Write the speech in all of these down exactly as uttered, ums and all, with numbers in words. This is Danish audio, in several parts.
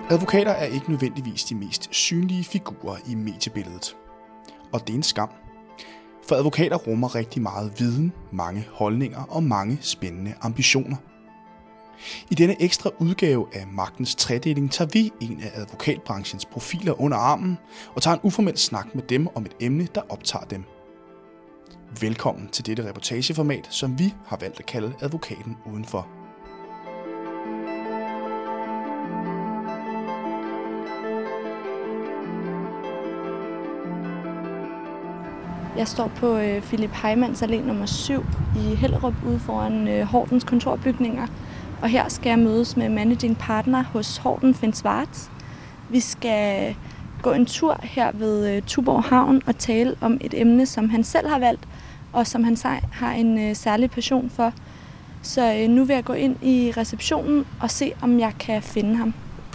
Advokater er ikke nødvendigvis de mest synlige figurer i mediebilledet. Og det er en skam. For advokater rummer rigtig meget viden, mange holdninger og mange spændende ambitioner. I denne ekstra udgave af Magtens Tredeling tager vi en af advokatbranchens profiler under armen og tager en uformel snak med dem om et emne, der optager dem. Velkommen til dette reportageformat, som vi har valgt at kalde Advokaten Udenfor. Jeg står på øh, Philip Heimanns Allé nummer syv i Hellerup ude foran øh, Hortens kontorbygninger. Og her skal jeg mødes med managing partner hos Horten, Finn Schwarz. Vi skal gå en tur her ved øh, Tuborg Havn og tale om et emne, som han selv har valgt, og som han har en øh, særlig passion for. Så øh, nu vil jeg gå ind i receptionen og se, om jeg kan finde ham.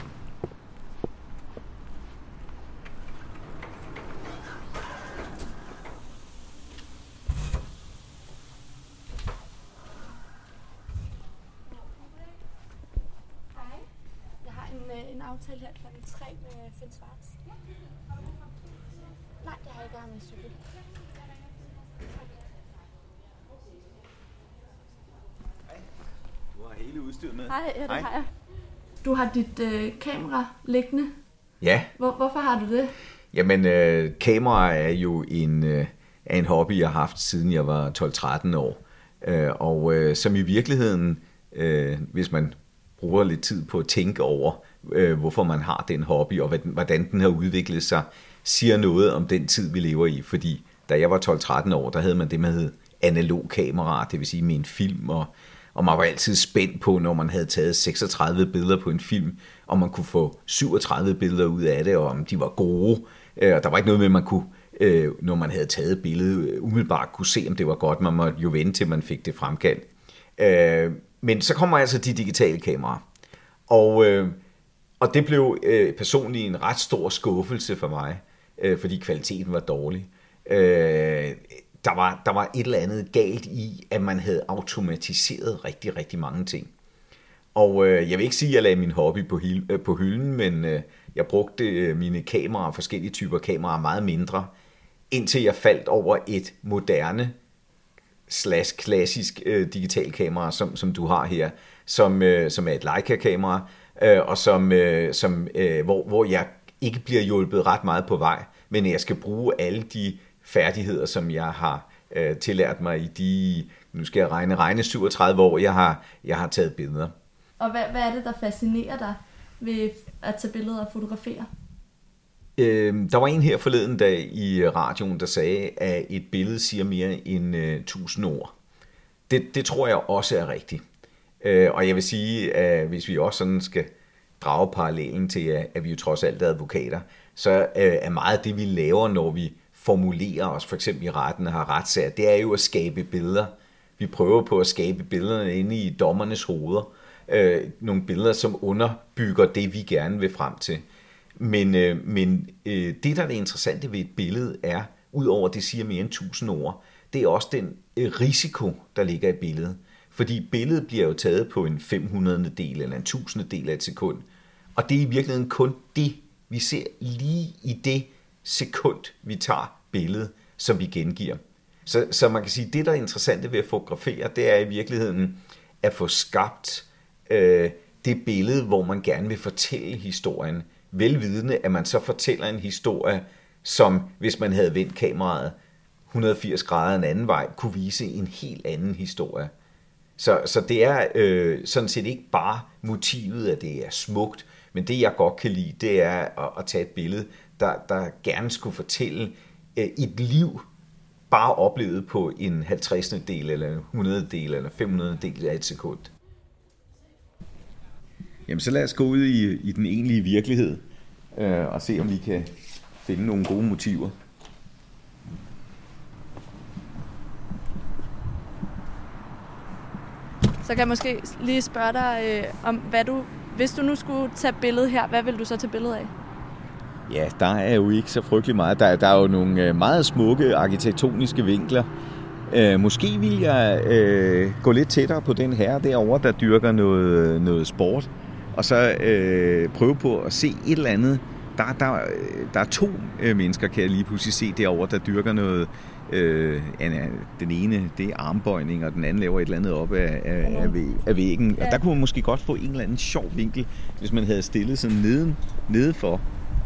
En aftale her klokken tre med Finn Schwarz. Nej, det har jeg ikke. Jeg har min cykel. Hej. Du har hele udstyret med. Hej, ja, det Hej. har jeg. Du har dit øh, kamera liggende. Ja. Hvor, hvorfor har du det? Jamen, øh, kamera er jo en, øh, er en hobby, jeg har haft siden jeg var tolv tretten år. Øh, og øh, som i virkeligheden, øh, hvis man bruger lidt tid på at tænke over, øh, hvorfor man har den hobby, og hvordan den har udviklet sig, siger noget om den tid, vi lever i. Fordi da jeg var tolv tretten år, der havde man det, man hed analog kamera, det vil sige med en film, og, og man var altid spændt på, når man havde taget seksogtredive billeder på en film, og man kunne få syvogtredive billeder ud af det, og om de var gode. Øh, der var ikke noget med, at man kunne, øh, når man havde taget billedet, umiddelbart kunne se, om det var godt. Man måtte jo vente, til man fik det fremkaldt. Øh, men så kommer altså de digitale kameraer. Og, øh, og det blev øh, personligt en ret stor skuffelse for mig, øh, fordi kvaliteten var dårlig. Øh, der, var, der var et eller andet galt i, at man havde automatiseret rigtig, rigtig mange ting. Og øh, jeg vil ikke sige, at jeg lagde min hobby på, hil, øh, på hylden, men øh, jeg brugte øh, mine kameraer, forskellige typer kameraer, meget mindre, indtil jeg faldt over et moderne slash klassisk øh, digital kamera, som, som du har her, som, øh, som er et Leica-kamera, øh, og som, øh, som, øh, hvor, hvor jeg ikke bliver hjulpet ret meget på vej, men jeg skal bruge alle de færdigheder, som jeg har øh, tillært mig i de, nu skal jeg regne, regne syvogtredive år, jeg har, jeg har taget billeder. Og hvad, hvad er det, der fascinerer dig ved at tage billeder og fotografere? Øh, der var en her forleden dag i radioen, der sagde, at et billede siger mere end øh, tusind ord. Det, det tror jeg også er rigtigt. Øh, og jeg vil sige, at hvis vi også sådan skal drage parallellen til, at vi jo trods alt er advokater, så øh, er meget det, vi laver, når vi formulerer os, for eksempel i retten og har retssager, det er jo at skabe billeder. Vi prøver på at skabe billederne inde i dommernes hoveder. Øh, nogle billeder, som underbygger det, vi gerne vil frem til. Men, øh, men øh, det, der er det interessante ved et billede, er, udover det siger mere end tusind ord, det er også den øh, risiko, der ligger i billedet. Fordi billedet bliver jo taget på en fem hundrede del eller en tusindedel af et sekund. Og det er i virkeligheden kun det, vi ser lige i det sekund, vi tager billedet, som vi gengiver. Så, så man kan sige, at det, der er interessante ved at fotografere, det er i virkeligheden at få skabt øh, det billede, hvor man gerne vil fortælle historien. Velvidende, at man så fortæller en historie, som hvis man havde vendt kameraet et hundrede og firs grader en anden vej, kunne vise en helt anden historie. Så, så det er øh, sådan set ikke bare motivet, at det er smukt, men det jeg godt kan lide, det er at, at tage et billede, der, der gerne skulle fortælle øh, et liv, bare oplevet på en halvtredsende del, eller en hundrede del, eller fem hundrede del af et sekund. Jamen så lad os gå ud i, i den egentlige virkelighed, øh, og se om vi kan finde nogle gode motiver. Så kan jeg måske lige spørge dig øh, om, hvad du, hvis du nu skulle tage billedet her, hvad vil du så tage billedet af? Ja, der er jo ikke så frygtelig meget. Der, der er jo nogle meget smukke arkitektoniske vinkler. Øh, måske vil jeg øh, gå lidt tættere på den her derovre, der dyrker noget, noget sport. og så øh, prøve på at se et eller andet. Der, der, der er to øh, mennesker, kan jeg lige pludselig se derovre, der dyrker noget. Øh, den ene, det er armbøjning, og den anden laver et eller andet op af, af, af, væg, af væggen. Og der kunne man måske godt få en eller anden sjov vinkel, hvis man havde stillet sådan neden, nedefor.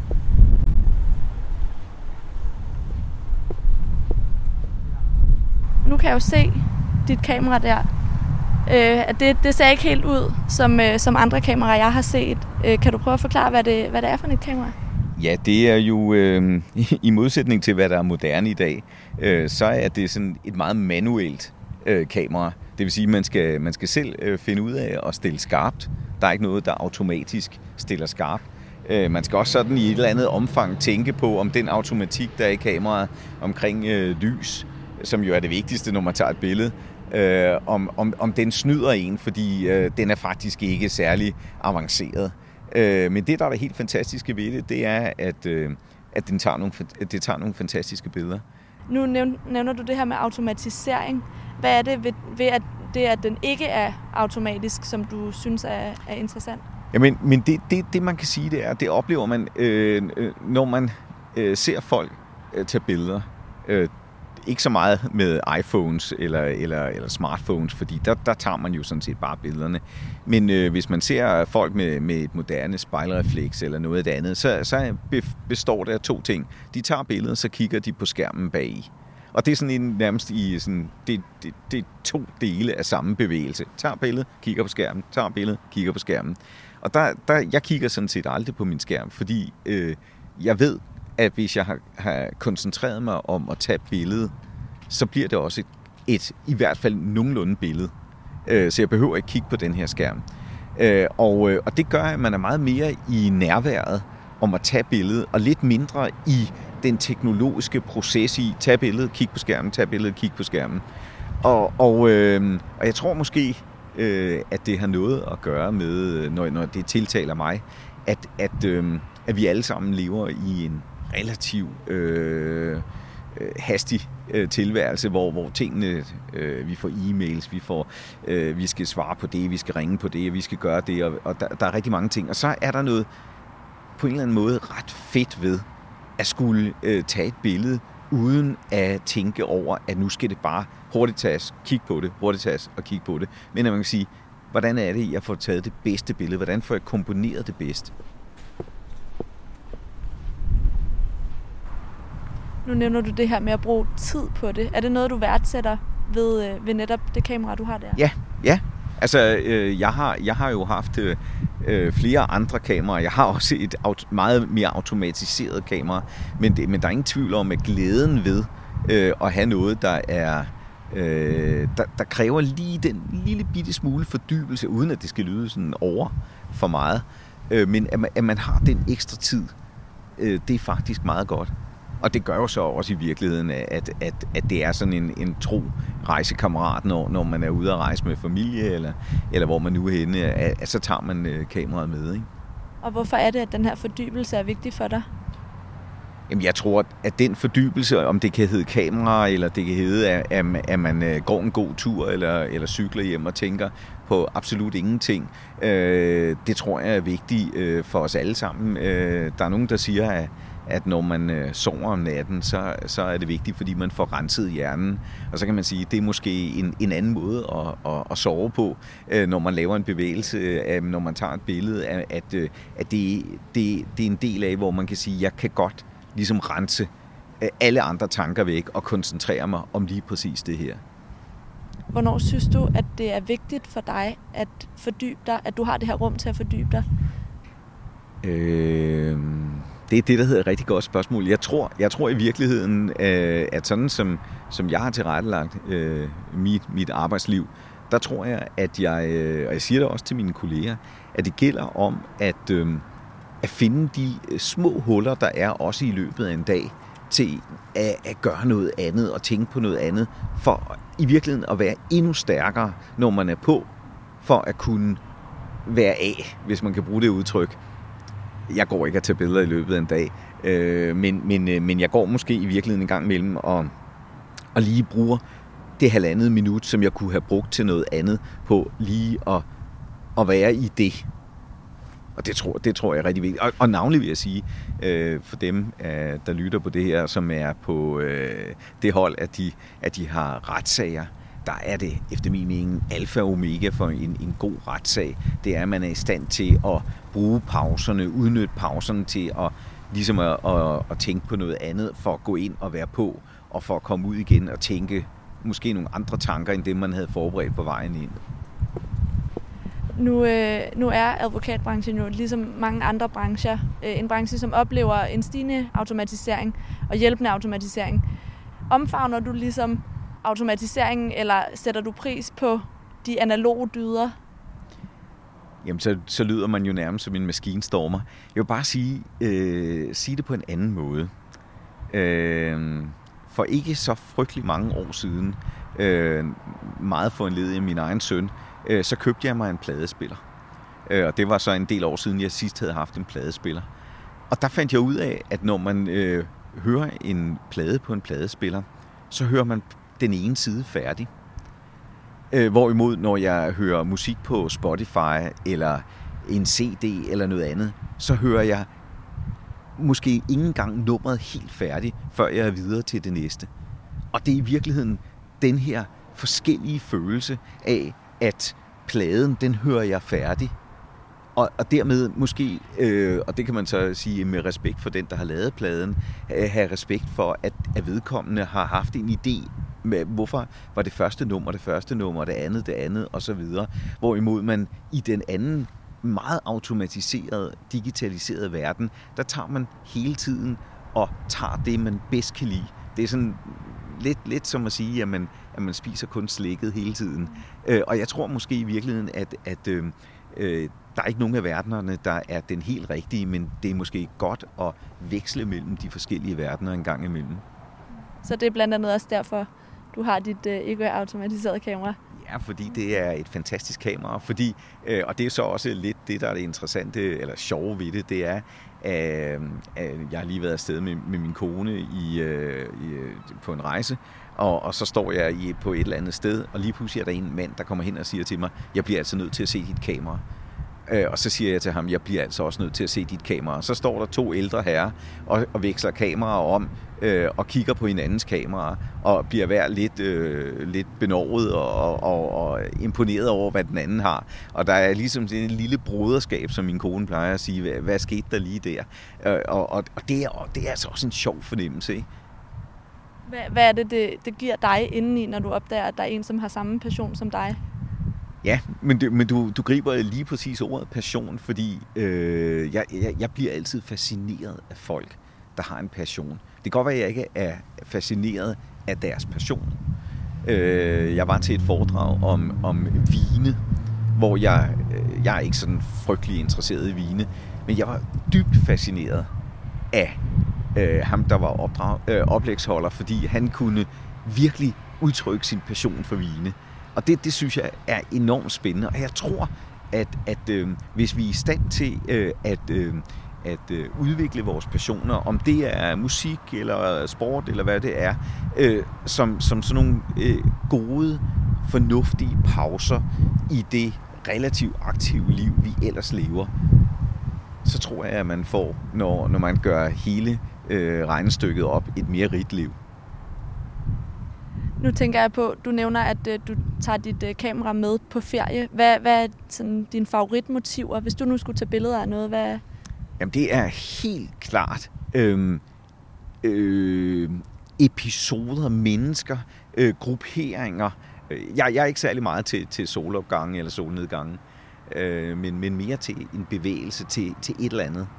Nu kan jeg jo se dit kamera der. Øh, det, det ser ikke helt ud som, øh, som andre kameraer, jeg har set. Øh, kan du prøve at forklare, hvad det, hvad det er for et kamera? Ja, det er jo øh, i modsætning til, hvad der er moderne i dag, øh, så er det sådan et meget manuelt øh, kamera. Det vil sige, at man skal, man skal selv øh, finde ud af at stille skarpt. Der er ikke noget, der automatisk stiller skarpt. Øh, man skal også sådan i et eller andet omfang tænke på, om den automatik, der er i kameraet omkring øh, lys, som jo er det vigtigste, når man tager et billede, øh, om, om, om den snyder en, fordi øh, den er faktisk ikke særlig avanceret. Øh, men det, der er det helt fantastiske ved det, det er, at, øh, at, den tager nogle, at det tager nogle fantastiske billeder. Nu nævner du det her med automatisering. Hvad er det ved, ved at det, at den ikke er automatisk, som du synes er, er interessant? Jamen, men det, det, det, man kan sige, det er, det oplever man, øh, når man øh, ser folk øh, tage billeder. Øh, Ikke så meget med iPhones eller, eller, eller smartphones, fordi der, der tager man jo sådan set bare billederne. Men øh, hvis man ser folk med, med et moderne spejlrefleks eller noget af det andet, så, så består det af to ting. De tager billedet, så kigger de på skærmen bagi. Og det er sådan en, nærmest i sådan, det, det, det er to dele af samme bevægelse. Tager billedet, kigger på skærmen, tager billedet, kigger på skærmen. Og der, der, jeg kigger sådan set aldrig på min skærm, fordi øh, jeg ved, at hvis jeg har, har koncentreret mig om at tage billedet, så bliver det også et, et i hvert fald nogenlunde billede. Øh, så jeg behøver ikke kigge på den her skærm. Øh, og, og det gør, at man er meget mere i nærværet om at tage billedet, og lidt mindre i den teknologiske proces i tage billedet, kigge på skærmen, tage billedet, kigge på skærmen. Og, og, øh, og jeg tror måske, øh, at det har noget at gøre med, når, når det tiltaler mig, at, at, øh, at vi alle sammen lever i en relativ øh, øh, hastig øh, tilværelse, hvor, hvor tingene, øh, vi får e-mails, vi, får, øh, vi skal svare på det, vi skal ringe på det, vi skal gøre det, og, og der, der er rigtig mange ting. Og så er der noget på en eller anden måde ret fedt ved at skulle øh, tage et billede, uden at tænke over, at nu skal det bare hurtigt tages, kigge på det, hurtigt tages og kigge på det. Men at man kan sige, hvordan er det, jeg får taget det bedste billede? Hvordan får jeg komponeret det bedst? Nu nævner du det her med at bruge tid på det. Er det noget, du værdsætter ved, ved netop det kamera, du har der? Ja, ja. Altså, øh, jeg, har, jeg har jo haft øh, flere andre kameraer. Jeg har også et aut- meget mere automatiseret kamera. Men, det, men der er ingen tvivl om, at glæden ved øh, at have noget, der er øh, der, der kræver lige den lille bitte smule fordybelse, uden at det skal lyde sådan over for meget. Øh, men at man, at man har den ekstra tid, øh, det er faktisk meget godt. Og det gør jo så også i virkeligheden, at, at, at det er sådan en, en tro rejsekammerat, når, når man er ude at rejse med familie, eller, eller hvor man nu er henne, at, at så tager man øh, kameraet med, ikke? Og hvorfor er det, at den her fordybelse er vigtig for dig? Jamen, jeg tror, at den fordybelse, om det kan hedde kamera, eller det kan hedde, at, at man går en god tur, eller, eller cykler hjem og tænker på absolut ingenting, øh, det tror jeg er vigtigt øh, for os alle sammen. Øh, der er nogen, der siger, at at når man øh, sover om natten, så, så er det vigtigt, fordi man får renset hjernen. Og så kan man sige, at det er måske en, en anden måde at, at, at sove på, øh, når man laver en bevægelse, øh, når man tager et billede, at, øh, at det, det, det er en del af, hvor man kan sige, at jeg kan godt ligesom rense øh, alle andre tanker væk og koncentrere mig om lige præcis det her. Hvornår synes du, at det er vigtigt for dig at fordybe dig, at du har det her rum til at fordybe dig? Øh... Det er det, der hedder et rigtig godt spørgsmål. Jeg tror, jeg tror i virkeligheden, at sådan som, som jeg har tilrettelagt øh, mit, mit arbejdsliv, der tror jeg, at jeg, og jeg siger det også til mine kolleger, at det gælder om at, øh, at finde de små huller, der er også i løbet af en dag, til at, at gøre noget andet og tænke på noget andet, for i virkeligheden at være endnu stærkere, når man er på, for at kunne være af, hvis man kan bruge det udtryk. Jeg går ikke at tage billeder i løbet af en dag, øh, men, men, men jeg går måske i virkeligheden en gang imellem og, og lige bruger det halvandet minut, som jeg kunne have brugt til noget andet på lige at, at være i det. Og det tror, det tror jeg er rigtig vigtigt. Og, og navnlig vil jeg sige, øh, for dem, øh, der lytter på det her, som er på øh, det hold, at de, at de har retssager, der er det efter min mening alfa og omega for en, en god retssag. Det er, at man er i stand til at bruge pauserne, udnytte pauserne til at, ligesom at, at, at tænke på noget andet, for at gå ind og være på, og for at komme ud igen og tænke måske nogle andre tanker, end dem, man havde forberedt på vejen ind. Nu, øh, nu er advokatbranchen jo ligesom mange andre brancher øh, en branche, som oplever en stigende automatisering og hjælpende automatisering. Omfavner du ligesom automatiseringen, eller sætter du pris på de analoge dyder? Jamen, så, så lyder man jo nærmest som en maskinstormer. Jeg vil bare sige, øh, sige det på en anden måde. Øh, for ikke så frygtelig mange år siden, øh, meget foranlediget af min egen søn, øh, så købte jeg mig en pladespiller. Øh, og det var så en del år siden, jeg sidst havde haft en pladespiller. Og der fandt jeg ud af, at når man øh, hører en plade på en pladespiller, så hører man den ene side færdig. Øh, hvorimod, når jeg hører musik på Spotify, eller en C D, eller noget andet, så hører jeg måske ikke engang nummeret helt færdigt, før jeg er videre til det næste. Og det er i virkeligheden den her forskellige følelse af, at pladen, den hører jeg færdig. Og, og dermed måske, øh, og det kan man så sige med respekt for den, der har lavet pladen, øh, have respekt for, at, at vedkommende har haft en idé med, hvorfor var det første nummer, det første nummer, det andet, det andet, og så videre. Hvorimod man i den anden meget automatiserede, digitaliserede verden, der tager man hele tiden og tager det, man bedst kan lide. Det er sådan lidt, lidt som at sige, at man, at man spiser kun slikket hele tiden. Øh, og jeg tror måske i virkeligheden, at, at øh, øh, der er ikke nogen af verdenerne, der er den helt rigtige, men det er måske godt at veksle mellem de forskellige verdener en gang imellem. Så det er blandt andet også derfor, du har dit øh, ikke-automatiserede kamera? Ja, fordi det er et fantastisk kamera, fordi, øh, og det er så også lidt det, der er det interessante, eller sjove ved det, det er, at øh, jeg har lige været afsted med, med min kone i, øh, i, på en rejse, og, og så står jeg i, på et eller andet sted, og lige pludselig er der en mand, der kommer hen og siger til mig, jeg bliver altså nødt til at se dit kamera. Og så siger jeg til ham, jeg bliver altså også nødt til at se dit kamera. Så står der to ældre herrer og, og veksler kameraer om øh, og kigger på hinandens kameraer og bliver hver lidt, øh, lidt benovet og, og, og imponeret over, hvad den anden har. Og der er ligesom sådan en lille broderskab, som min kone plejer at sige, hvad, hvad skete der lige der? Og, og, og, det, er, og det er altså også en sjov fornemmelse, ikke? Hvad, hvad er det, det, det giver dig indeni, når du opdager, at der er en, som har samme passion som dig? Ja, men, det, men du, du griber lige præcis ordet passion, fordi øh, jeg, jeg, jeg bliver altid fascineret af folk, der har en passion. Det kan godt være, at jeg ikke er fascineret af deres passion. Øh, jeg var til et foredrag om, om vine, hvor jeg, øh, jeg er ikke sådan frygtelig interesseret i vine, men jeg var dybt fascineret af øh, ham, der var opdrag, øh, oplægsholder, fordi han kunne virkelig udtrykke sin passion for vine. Og det, det synes jeg er enormt spændende, og jeg tror, at, at øh, hvis vi er i stand til øh, at, øh, at øh, udvikle vores passioner, om det er musik eller sport eller hvad det er, øh, som, som sådan nogle øh, gode, fornuftige pauser i det relativt aktive liv, vi ellers lever, så tror jeg, at man får, når, når man gør hele øh, regnestykket op, et mere rigt liv. Nu tænker jeg på, du nævner, at øh, du tager dit øh, kamera med på ferie. Hvad, hvad er sådan, dine favoritmotiver? Hvis du nu skulle tage billeder af noget, hvad... Jamen, det er helt klart øh, øh, episoder, mennesker, øh, grupperinger. Jeg, jeg er ikke særlig meget til, til solopgange eller solnedgange, øh, men, men mere til en bevægelse, til, til et eller andet.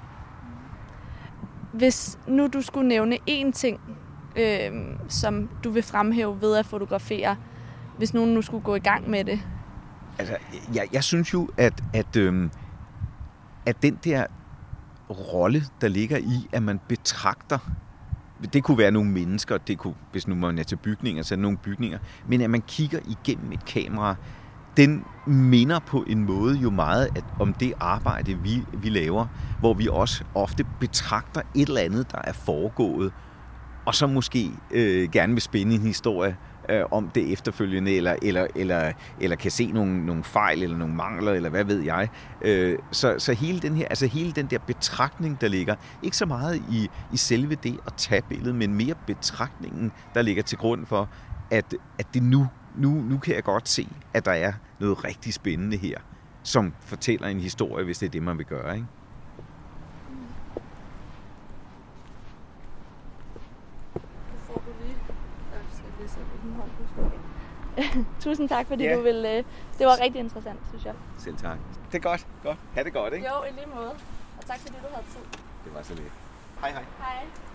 Hvis nu du skulle nævne én ting, Øh, som du vil fremhæve ved at fotografere, hvis nogen nu skulle gå i gang med det? Altså, jeg, jeg synes jo, at, at, øh, at den der rolle, der ligger i, at man betragter, det kunne være nogle mennesker, det kunne, hvis nu man er til bygninger, så er det nogle bygninger, men at man kigger igennem et kamera, den minder på en måde jo meget at, om det arbejde, vi, vi laver, hvor vi også ofte betragter et eller andet, der er foregået, og så måske øh, gerne vil spænde en historie øh, om det efterfølgende, eller, eller, eller, eller kan se nogle, nogle fejl, eller nogle mangler, eller hvad ved jeg. Øh, så, så hele den her, altså hele den der betragtning, der ligger, ikke så meget i, i selve det at tage billedet, men mere betragtningen, der ligger til grund for, at, at det nu, nu, nu kan jeg godt se, at der er noget rigtig spændende her, som fortæller en historie, hvis det er det, man vil gøre, ikke? Tusind tak, fordi ja. du ville... Det var rigtig interessant, synes jeg. Selv tak. Det er godt. Godt. Ha' det godt, ikke? Jo, i lige måde. Og tak, fordi du havde tid. Det var så lidt. Hej, hej. Hej.